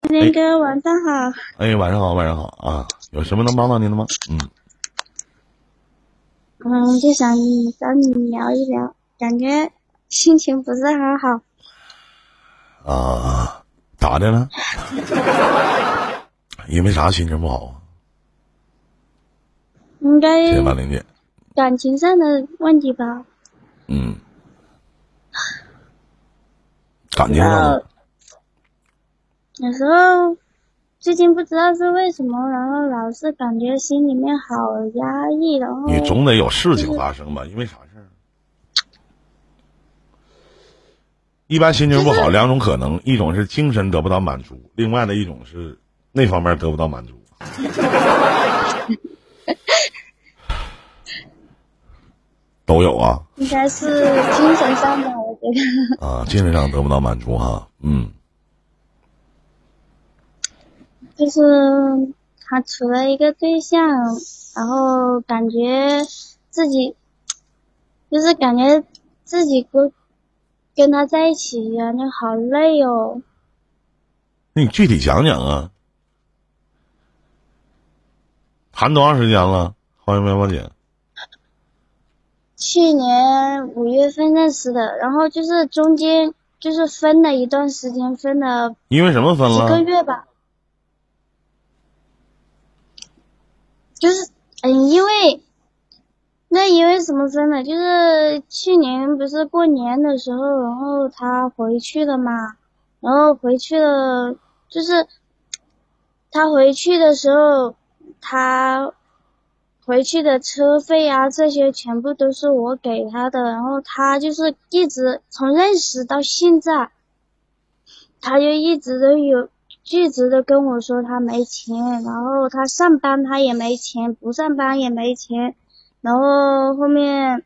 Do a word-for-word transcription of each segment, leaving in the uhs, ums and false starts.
林哥，晚上好。 哎，晚上好，晚上好啊！有什么能帮到您的吗？嗯嗯，就想找你聊一聊，感觉心情不是很好。 啊，咋的了？因为啥心情不好啊？ 应该谢谢万玲姐。 感情上的问题吧。 嗯，感情上的。 有时候最近不知道是为什么，然后老是感觉心里面好压抑，然后你总得有事情发生吧？因为啥事儿？一般心情不好、就是、两种可能，一种是精神得不到满足，另外的一种是那方面得不到满足。都有啊。 应该是精神上的，我觉得。 啊，精神上得不到满足哈，嗯。 就是他处了一个对象，然后感觉自己，就是感觉自己跟跟他在一起呀，就好累哦。 那你具体讲讲啊？谈多长时间了？欢迎苗苗姐。 去年五月份认识的，然后就是中间就是分了一段时间，分了因为什么分了？ 几个月吧。就是嗯，因为那因为什么分的？就是去年不是过年的时候，然后他回去了嘛，然后回去了，就是他回去的时候，他回去的车费啊，这些全部都是我给他的，然后他就是一直从认识到现在，他就一直都有一直的跟我说他没钱，然后他上班他也没钱，不上班也没钱，然后后面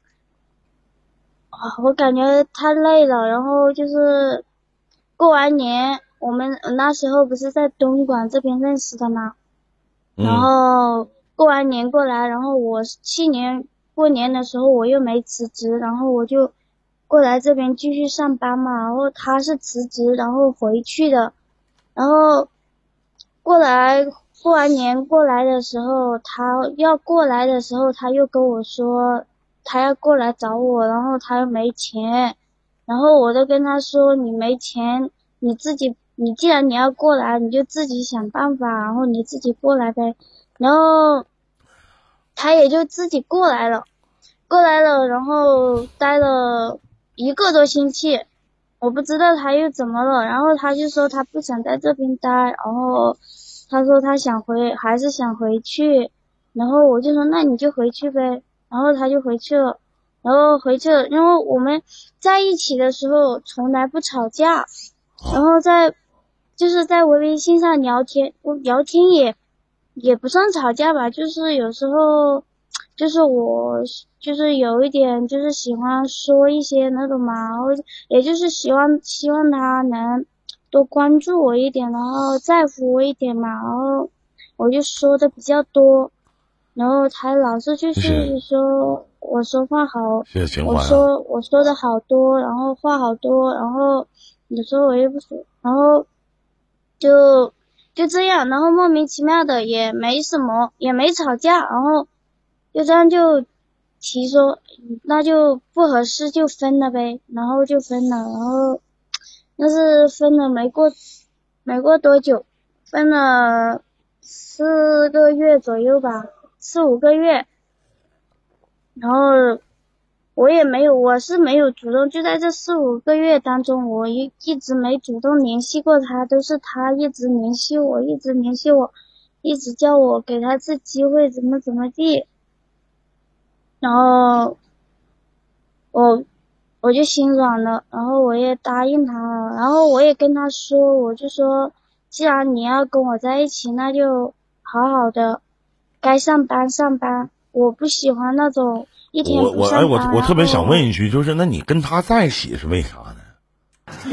我感觉太累了，然后就是过完年我们那时候不是在东莞这边认识的吗？ 嗯、 然后过完年过来，然后我去年过年的时候我又没辞职，然后我就过来这边继续上班嘛，然后他是辞职然后回去的，然后过来过完年过来的时候，他要过来的时候他又跟我说他要过来找我，然后他又没钱，然后我都跟他说你没钱你自己，你既然你要过来你就自己想办法，然后你自己过来呗，然后他也就自己过来了过来了然后待了一个多星期，我不知道他又怎么了，然后他就说他不想在这边待，然后他说他想回还是想回去，然后我就说那你就回去呗，然后他就回去了，然后回去了，因为我们在一起的时候从来不吵架，然后在就是在微信上聊天，我聊天也也不算吵架吧，就是有时候就是我就是有一点就是喜欢说一些那种嘛，然后也就是希望希望他能多关注我一点，然后在乎我一点嘛，然后我就说的比较多，然后他老是就是说我说话好， 谢谢我说我说的好多，然后话好多，然后有时候我又不说，然后就就这样，然后莫名其妙的也没什么，也没吵架，然后就这样就提说那就不合适就分了呗，然后就分了，然后但是分了没过没过多久，分了四个月左右吧，四五个月，然后我也没有，我是没有主动，就在这四五个月当中，我一一直没主动联系过他，都是他一直联系我，一直联系我，一直叫我给他次机会，怎么怎么地。然后我我就心软了，然后我也答应他了，然后我也跟他说，我就说，既然你要跟我在一起，那就好好的，该上班上班，我不喜欢那种。一天我我哎我我特别想问一句，就是那你跟他在一起是为啥呢？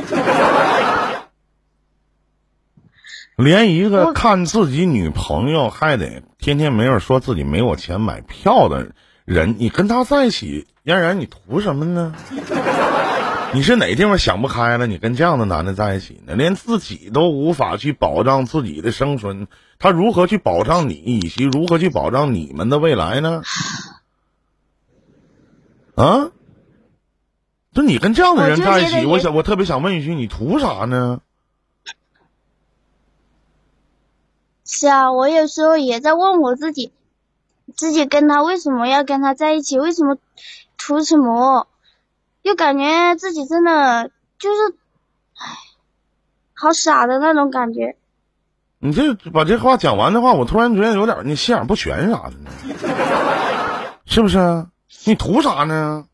连一个看自己女朋友还得天天没人说自己没有钱买票的人，你跟他在一起，嫣然你图什么呢？ 你是哪地方想不开了？你跟这样的男的在一起呢？连自己都无法去保障自己的生存，他如何去保障你，以及如何去保障你们的未来呢？啊？就你跟这样的人在一起，我想我特别想问一句，你图啥呢？ 是啊，我有时候也在问我自己，自己跟他为什么要跟他在一起？为什么图什么？又感觉自己真的就是，唉，好傻的那种感觉。 你这把这话讲完的话，我突然觉得有点你心眼不全啥的呢，是不是？你图啥呢？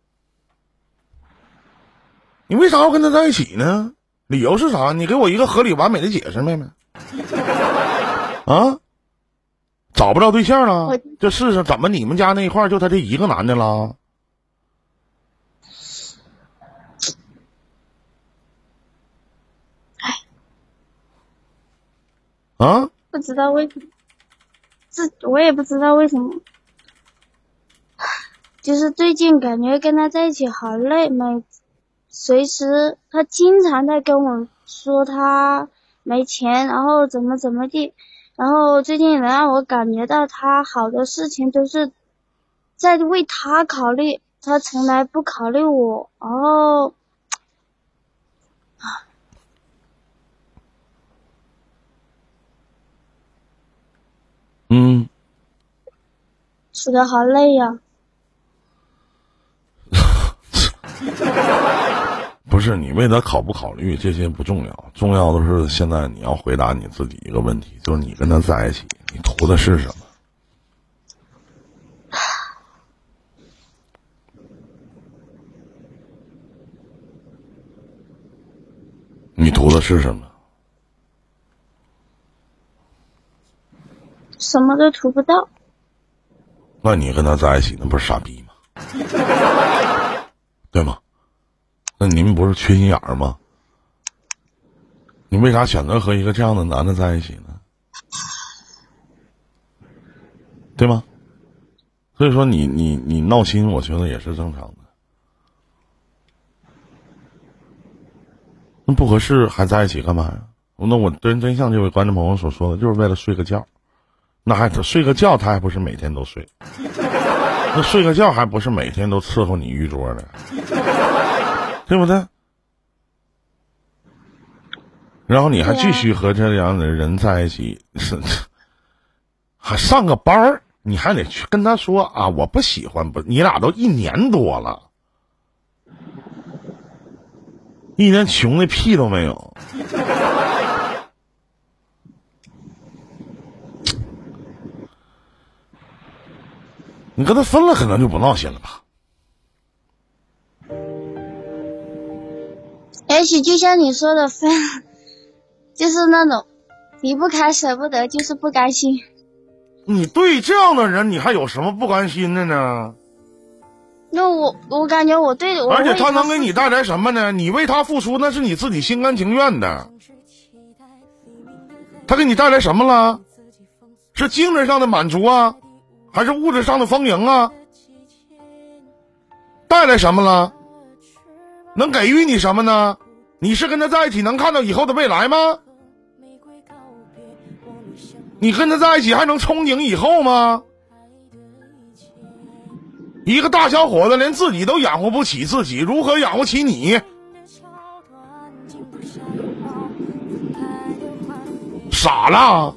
你为啥要跟他在一起呢？理由是啥？你给我一个合理完美的解释，妹妹。啊，找不着对象了？这世上怎么你们家那一块就他这一个男的了？啊？ 不知道为什么，这我也不知道为什么，就是最近感觉跟他在一起好累，每随时他经常在跟我说他没钱，然后怎么怎么地。然后最近能让我感觉到他好多事情都是在为他考虑，他从来不考虑我。然后嗯， 是的，好累呀。 不是，你为他考不考虑这些不重要，重要的是现在你要回答你自己一个问题，就是你跟他在一起，你图的是什么？你图的是什么？ 什么都图不到。 那你跟他在一起，那不是傻逼吗？对吗？那你们不是缺心眼儿吗？你为啥选择和一个这样的男的在一起呢？对吗？所以说你你你闹心，我觉得也是正常的。那不合适还在一起干嘛呀？那我真真像这位观众朋友所说的，就是为了睡个觉。那还睡个觉，他还不是每天都睡？那睡个觉还不是每天都伺候你玉桌的？对不对？然后你还继续和这样的人在一起，是还上个班儿，你还得去跟他说啊，我不喜欢，不，你俩都一年多了，一年穷的屁都没有。你跟他分了，可能就不闹心了吧？ 也许就像你说的分，就是那种离不开舍不得，就是不甘心。 你对这样的人，你还有什么不甘心的呢？ 那我我感觉我对我， 而且他能给你带来什么呢？你为他付出，那是你自己心甘情愿的。他给你带来什么了？是精神上的满足啊，还是物质上的丰盈啊？带来什么了？能给予你什么呢？你是跟他在一起能看到以后的未来吗？你跟他在一起还能憧憬以后吗？一个大小伙子连自己都养活不起自己，如何养活起你？傻了？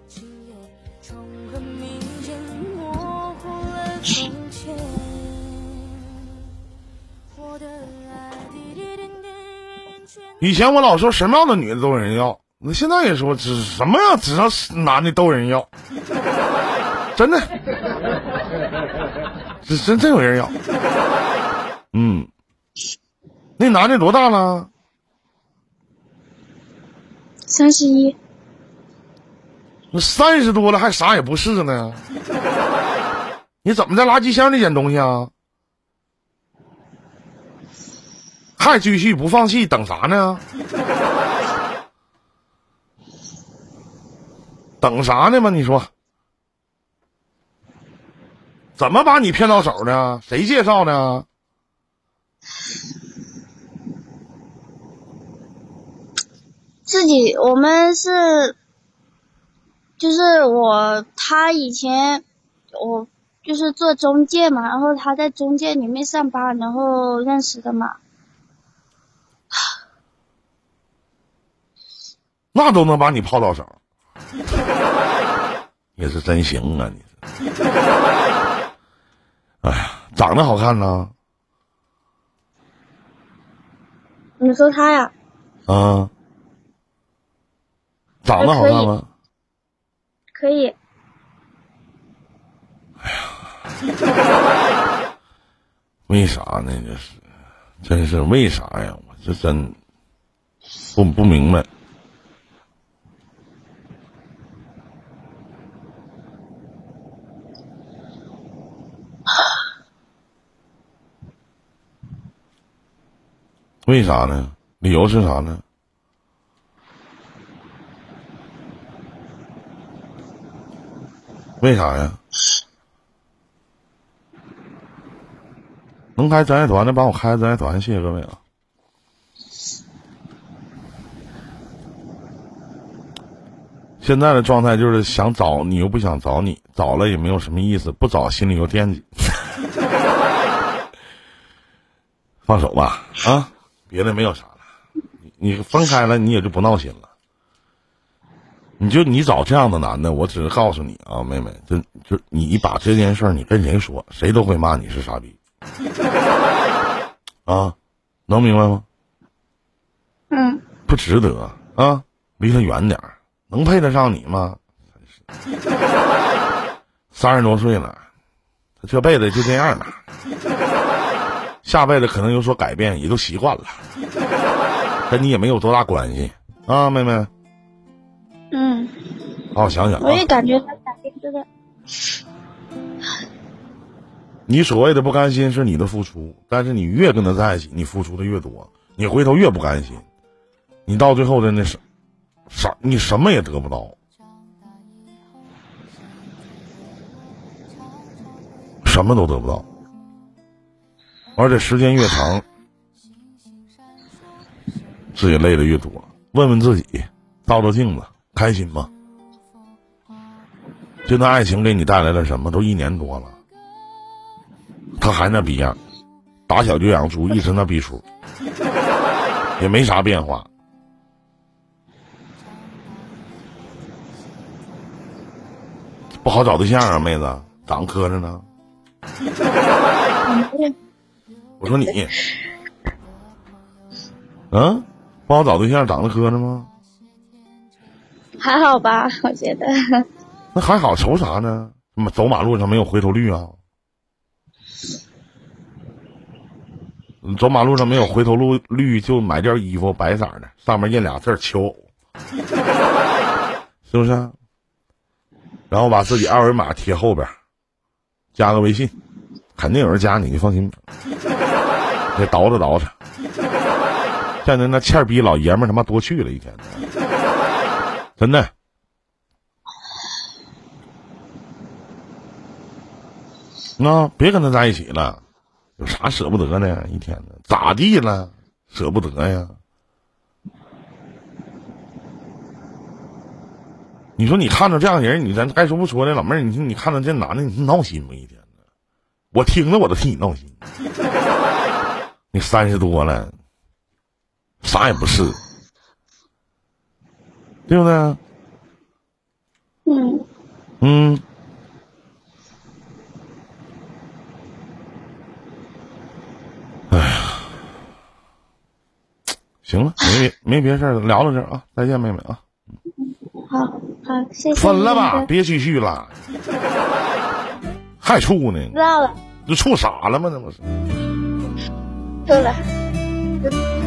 以前我老说什么样的女的都有人要，那现在也说只什么样只要男的都有人要，真的，这真真有人要。嗯，那男的多大了？ 三十一。 那三十多了还啥也不是呢？你怎么在垃圾箱里捡东西啊？还继续不放弃，等啥呢？等啥呢嘛？你说，怎么把你骗到手的？谁介绍的？ 自己，我们是，就是我他以前我就是做中介嘛，然后他在中介里面上班，然后认识的嘛。 那都能把你泡到手，也是真行啊！你是，哎呀，长得好看呢。 你说他呀？ 啊，长得好看吗？ 可以。 哎呀，为啥呢？这是，真是为啥呀？我这真不不明白。为啥呢？理由是啥呢？为啥呀？能开专业团的帮我开专业团，谢谢各位啊！现在的状态就是想找你又不想找你，找了也没有什么意思，不找心里又惦记。放手吧，啊，别的没有啥了。你分开了，你也就不闹心了。你就你找这样的男的，我只是告诉你啊，妹妹，就就你把这件事儿你跟谁说，谁都会骂你是傻逼。啊，能明白吗？ 嗯。 不值得啊，离他远点儿，能配得上你吗？三十多岁了，他这辈子就这样了。下辈子可能有所改变，也就习惯了，跟你也没有多大关系啊，妹妹。 嗯。 好好想想啊。 我也感觉他改变这个。 你所谓的不甘心是你的付出，但是你越跟他在一起，你付出的越多，你回头越不甘心，你到最后的那是啥？你什么也得不到，什么都得不到。而且时间越长，自己累的越多。问问自己，照照镜子，开心吗？这段爱情给你带来了什么？都一年多了，他还那逼样，打小就养猪，一直那逼数，也没啥变化。不好找对象啊，妹子，长磕碜呢。我说你，嗯，不好找对象，长得磕碜吗？ 还好吧，我觉得。 那还好，愁啥呢？走马路上没有回头率啊！走马路上没有回头路率，就买件衣服白色的，上面印俩字求偶，是不是？然后把自己二维码贴后边，加个微信，肯定有人加你，你放心。得倒饬倒饬，现在那欠儿逼老爷们儿他妈多去了一天，真的。那别跟他在一起了，有啥舍不得的？一天的咋地了？舍不得呀？你说你看着这样人，你咱该说不说的，老妹儿，你说你看着这男的，你闹心不一天的？我听着我都替你闹心。你三十多了，啥也不是，对不对？ 嗯。 嗯。哎呀，行了，没别没别事儿，聊到这儿啊，再见，妹妹啊。 好，好，谢谢。 分了吧，别继续了，还处呢？ 知道了。 这处傻了吗？这不是？ 对了。